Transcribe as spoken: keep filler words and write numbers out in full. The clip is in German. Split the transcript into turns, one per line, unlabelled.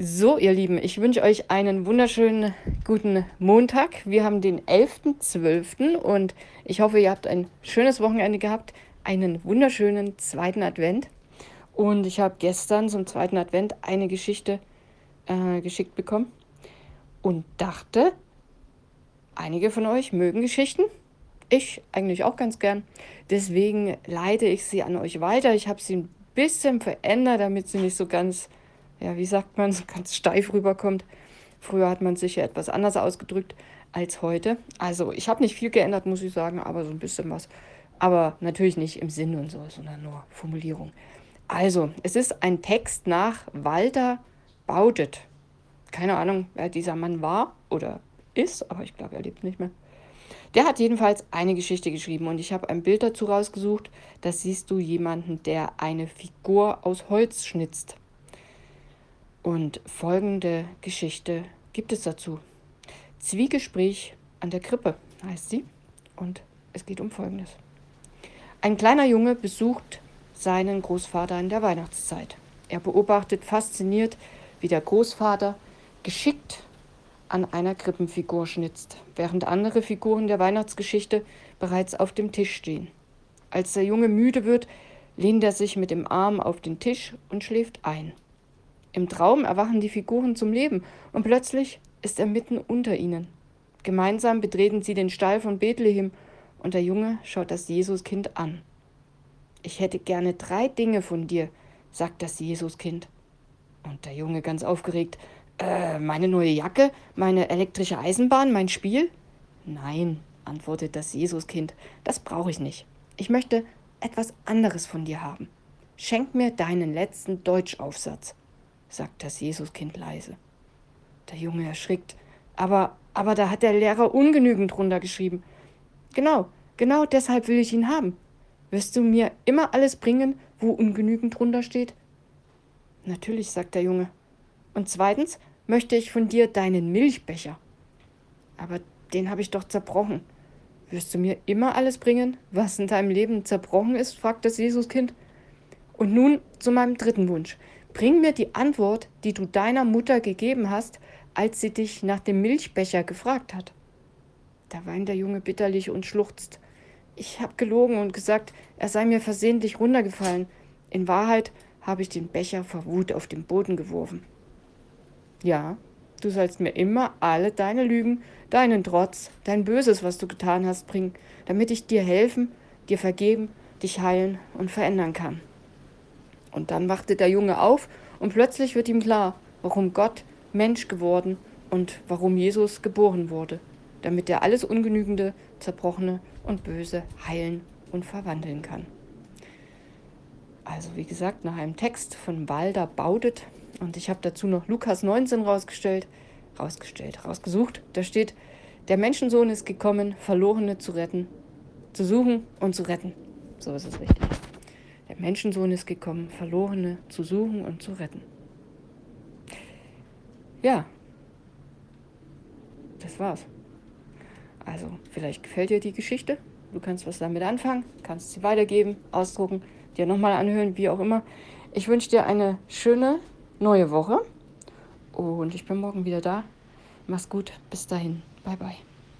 So, ihr Lieben, ich wünsche euch einen wunderschönen guten Montag. Wir haben den elften zwölften und ich hoffe, ihr habt ein schönes Wochenende gehabt, einen wunderschönen zweiten Advent. Und ich habe gestern zum zweiten Advent eine Geschichte äh, geschickt bekommen und dachte, einige von euch mögen Geschichten. Ich eigentlich auch ganz gern. Deswegen leite ich sie an euch weiter. Ich habe sie ein bisschen verändert, damit sie nicht so ganz, ja, wie sagt man, so ganz steif rüberkommt. Früher hat man sich ja etwas anders ausgedrückt als heute. Also ich habe nicht viel geändert, muss ich sagen, aber so ein bisschen was. Aber natürlich nicht im Sinn und so, sondern nur Formulierung. Also, es ist ein Text nach Walter Baudet. Keine Ahnung, wer dieser Mann war oder ist, aber ich glaube, er lebt nicht mehr. Der hat jedenfalls eine Geschichte geschrieben und ich habe ein Bild dazu rausgesucht. Da siehst du jemanden, der eine Figur aus Holz schnitzt. Und folgende Geschichte gibt es dazu. Zwiegespräch an der Krippe heißt sie und es geht um Folgendes. Ein kleiner Junge besucht seinen Großvater in der Weihnachtszeit. Er beobachtet fasziniert, wie der Großvater geschickt an einer Krippenfigur schnitzt, während andere Figuren der Weihnachtsgeschichte bereits auf dem Tisch stehen. Als der Junge müde wird, lehnt er sich mit dem Arm auf den Tisch und schläft ein. Im Traum erwachen die Figuren zum Leben und plötzlich ist er mitten unter ihnen. Gemeinsam betreten sie den Stall von Bethlehem und der Junge schaut das Jesuskind an. Ich hätte gerne drei Dinge von dir, sagt das Jesuskind. Und der Junge ganz aufgeregt, äh, meine neue Jacke, meine elektrische Eisenbahn, mein Spiel? Nein, antwortet das Jesuskind, das brauche ich nicht. Ich möchte etwas anderes von dir haben. Schenk mir deinen letzten Deutschaufsatz, sagt das Jesuskind leise. Der Junge erschrickt, aber, aber da hat der Lehrer ungenügend drunter geschrieben. Genau, genau deshalb will ich ihn haben. Wirst du mir immer alles bringen, wo ungenügend drunter steht? Natürlich, sagt der Junge. Und zweitens möchte ich von dir deinen Milchbecher. Aber den habe ich doch zerbrochen. Wirst du mir immer alles bringen, was in deinem Leben zerbrochen ist, fragt das Jesuskind. Und nun zu meinem dritten Wunsch. Bring mir die Antwort, die du deiner Mutter gegeben hast, als sie dich nach dem Milchbecher gefragt hat. Da weint der Junge bitterlich und schluchzt. Ich habe gelogen und gesagt, er sei mir versehentlich runtergefallen. In Wahrheit habe ich den Becher vor Wut auf den Boden geworfen. Ja, du sollst mir immer alle deine Lügen, deinen Trotz, dein Böses, was du getan hast, bringen, damit ich dir helfen, dir vergeben, dich heilen und verändern kann. Und dann wachte der Junge auf und plötzlich wird ihm klar, warum Gott Mensch geworden und warum Jesus geboren wurde, damit er alles Ungenügende, Zerbrochene und Böse heilen und verwandeln kann. Also wie gesagt, nach einem Text von Walter Baudet und ich habe dazu noch Lukas neunzehn rausgestellt, rausgestellt, rausgesucht. Da steht, der Menschensohn ist gekommen, Verlorene zu retten, zu suchen und zu retten. So ist es richtig. Der Menschensohn ist gekommen, Verlorene zu suchen und zu retten. Ja, das war's. Also, vielleicht gefällt dir die Geschichte. Du kannst was damit anfangen, kannst sie weitergeben, ausdrucken, dir nochmal anhören, wie auch immer. Ich wünsche dir eine schöne neue Woche und ich bin morgen wieder da. Mach's gut, bis dahin. Bye, bye.